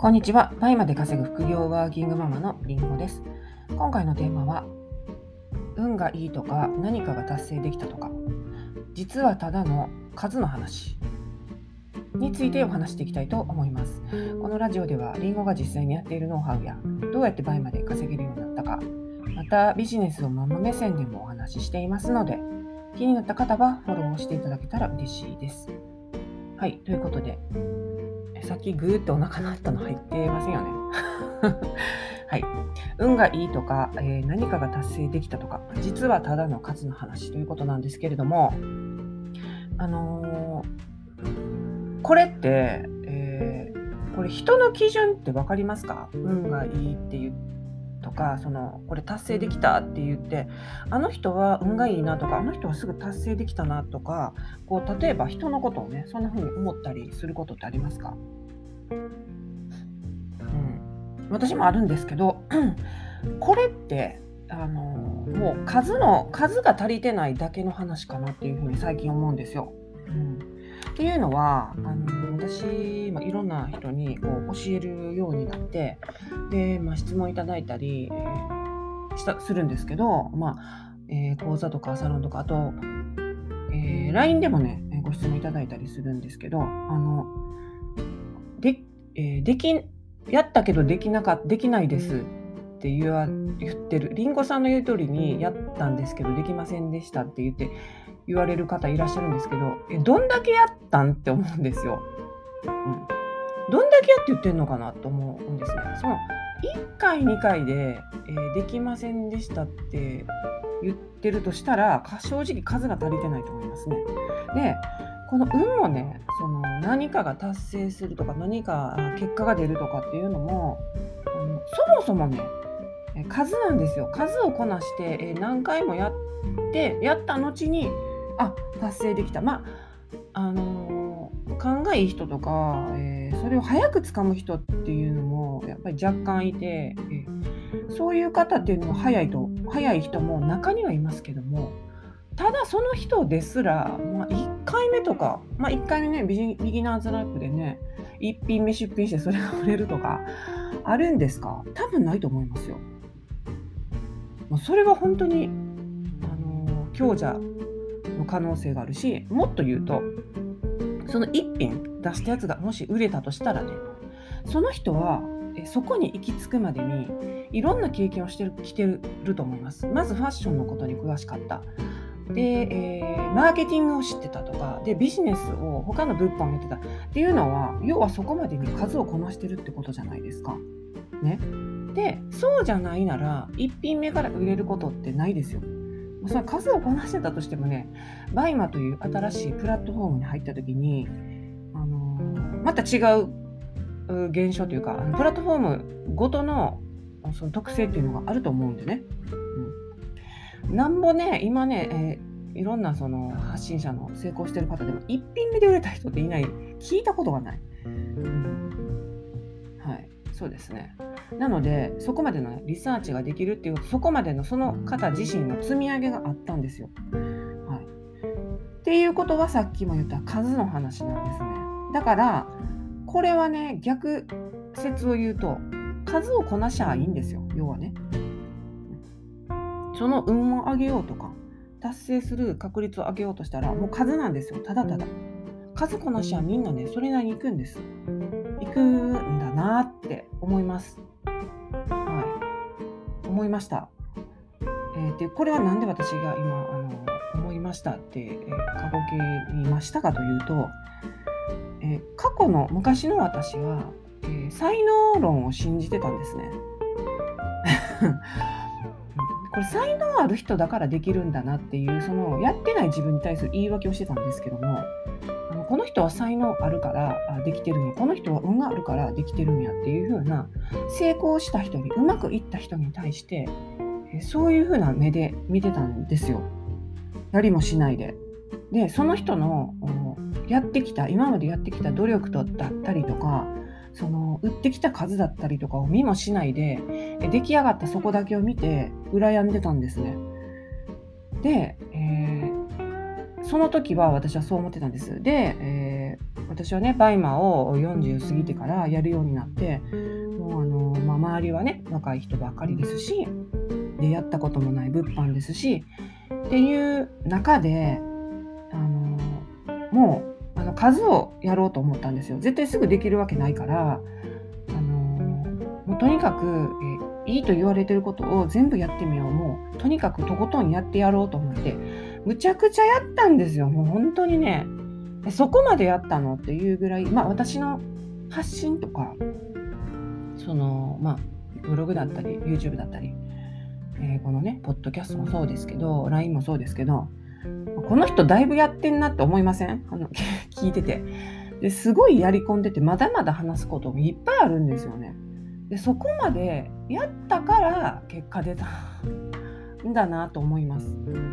こんにちは。倍まで稼ぐ副業ワーキングママのりんごです。今回のテーマは、運がいいとか何かが達成できたとか、実はただの数の話についてお話していきたいと思います。このラジオではりんごが実際にやっているノウハウやどうやって倍まで稼げるようになったか、またビジネスをママ目線でもお話ししていますので、気になった方はフォローしていただけたら嬉しいです。はい、ということで、さっきグーってお腹鳴ったの入ってませんよね。はい、運がいいとか、何かが達成できたとか、実はただの数の話ということなんですけれども、これって、これ人の基準って分かりますか？運がいいっていうとか、これ達成できたって言って、あの人は運がいいなとか、あの人はすぐ達成できたなとか、例えば人のことをね、そんな風に思ったりすることってありますか？私もあるんですけど、これってもう数が足りてないだけの話かなっていうふうに最近思うんですよ。っていうのは私、いろんな人に教えるようになって、で、質問いただいたり、するんですけど、講座とかサロンとか、あと、LINE でもねご質問いただいたりするんですけど、やったけどできないですって言ってる、りんごさんの言う通りにやったんですけどできませんでしたって言われる方いらっしゃるんですけど、どんだけやったんって思うんですよ。どんだけやって言ってんのかなと思うんですね。その1回2回で、できませんでしたって言ってるとしたら、正直数が足りてないと思いますね。で、この運もね、何かが達成するとか何か結果が出るとかっていうのも、そもそもね、数なんですよ。数をこなして、何回もやった後に達成できた。勘がいい人とか、それを早く掴む人っていうのもやっぱり若干いて、そういう方っていうのも早い人も中にはいますけども、ただその人ですら、1回目とか、1回目ね、ビギナーズラックでね、1品目出品してそれが売れるとかあるんですか？多分ないと思いますよ。それは本当に強者の可能性があるし、もっと言うと、その1品出したやつがもし売れたとしたらね、その人はそこに行き着くまでにいろんな経験をしてきてると思います。まずファッションのことに詳しかった。で、マーケティングを知ってたとかで、ビジネスを他の物販をやってたっていうのは、要はそこまでに数をこなしてるってことじゃないですか。ね。で、そうじゃないなら1品目から売れることってないですよ。その数をこなしてたとしてもね、バイマという新しいプラットフォームに入った時に、また違う現象というか、プラットフォームごとのその特性っていうのがあると思うんでね。なんぼね、今ね、いろんなその発信者の成功してる方でも1品目で売れた人っていない、聞いたことがない。はい、そうですね。なので、そこまでのリサーチができるっていう、そこまでのその方自身の積み上げがあったんですよ。はい。っていうことはさっきも言った数の話なんですね。だから、これはね、逆説を言うと、数をこなしゃいいんですよ、要はね。その運を上げようとか、達成する確率を上げようとしたら、もう数なんですよ、ただただ。数こなしはみんなね、それなりに行くんです。行くんだなって思います。思いました。で、これはなんで私が今思いましたって、過去形に言いましたかというと、過去の昔の私は、才能論を信じてたんですね。これ才能ある人だからできるんだなっていう、そのやってない自分に対する言い訳をしてたんですけども、この人は才能あるからできてるんや、この人は運があるからできてるんやっていう風な、成功した人に、うまくいった人に対してそういう風な目で見てたんですよ。やりもしないで。で、その人の今までやってきた努力だったりとか、売ってきた数だったりとかを見もしないで、出来上がったそこだけを見て羨んでたんですね。で、その時は私はそう思ってたんです。で、 私はねバイマを40過ぎてからやるようになって、もう周りはね若い人ばっかりですし、でやったこともない物販ですしっていう中で、もう数をやろうと思ったんですよ。絶対すぐできるわけないから、もうとにかく、いいと言われてることを全部やってみよう。もうとにかくとことんやってやろうと思ってむちゃくちゃやったんですよ。もう本当にね、そこまでやったのっていうぐらい、私の発信とかブログだったり YouTube だったり、このねポッドキャストもそうですけど LINE もそうですけど、この人だいぶやってんなって思いません？聞いてて。ですごいやり込んでて、まだまだ話すこともいっぱいあるんですよね。でそこまでやったから結果出たんだなと思います。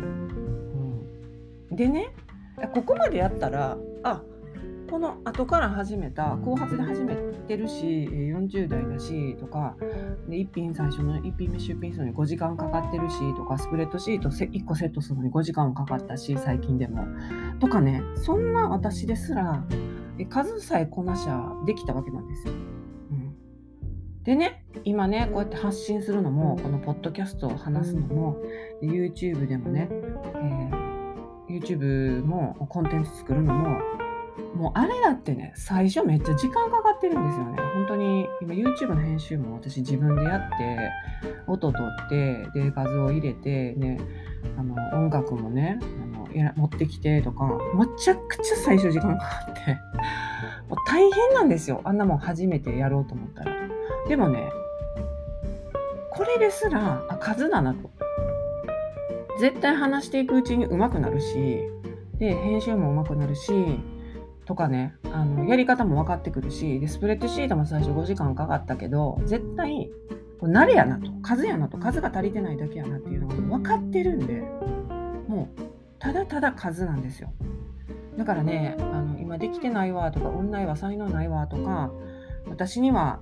でね、ここまでやったら、この後から始めた後発で始めてるし、40代だしとかで、最初の1品目出品するのに5時間かかってるしとか、スプレッドシート1個セットするのに5時間もかかったし、最近でもとかね、そんな私ですら数さえこなしゃできたわけなんですよ。でね、今ねこうやって発信するのも、このポッドキャストを話すのも、で YouTube でもね、YouTube もコンテンツ作るのも、もうあれだってね、最初めっちゃ時間かかってるんですよね。本当に今 YouTube の編集も私自分でやって、音取って、で画像を入れて、ね、音楽もね持ってきてとか、めちゃくちゃ最初時間かかってもう大変なんですよ。あんなもん初めてやろうと思ったら。でもね、これですら数だなと。絶対話していくうちに上手くなるし、で編集も上手くなるしとかね、やり方も分かってくるし、でスプレッドシートも最初5時間かかったけど、絶対慣れやなと、数やなと、数が足りてないだけやなっていうのが分かってるんで、もうただただ数なんですよ。だからね、今できてないわとか、運ないわ、才能ないわとか、私には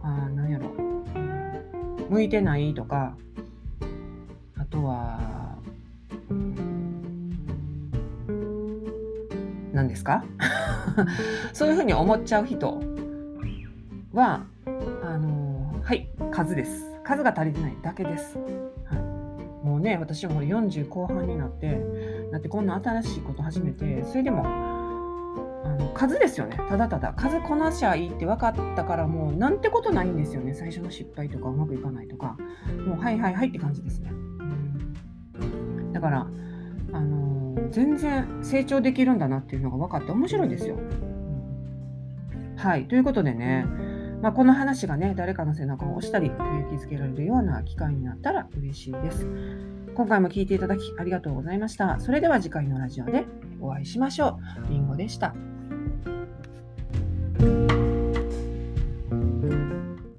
向いてないとか、あとは何ですかそういうふうに思っちゃう人ははい数です。数が足りてないだけです。もうね、私も40後半になってこんな新しいこと始めて、それでも数ですよね。ただただ数こなしゃいいって分かったから、もうなんてことないんですよね。最初の失敗とかうまくいかないとか、もうはいはいはいって感じですね。だから全然成長できるんだなっていうのが分かって面白いですよ。はい、ということでね、この話がね、誰かの背中を押したり勇気づけられるような機会になったら嬉しいです。今回も聞いていただきありがとうございました。それでは次回のラジオでお会いしましょう。りんごでした。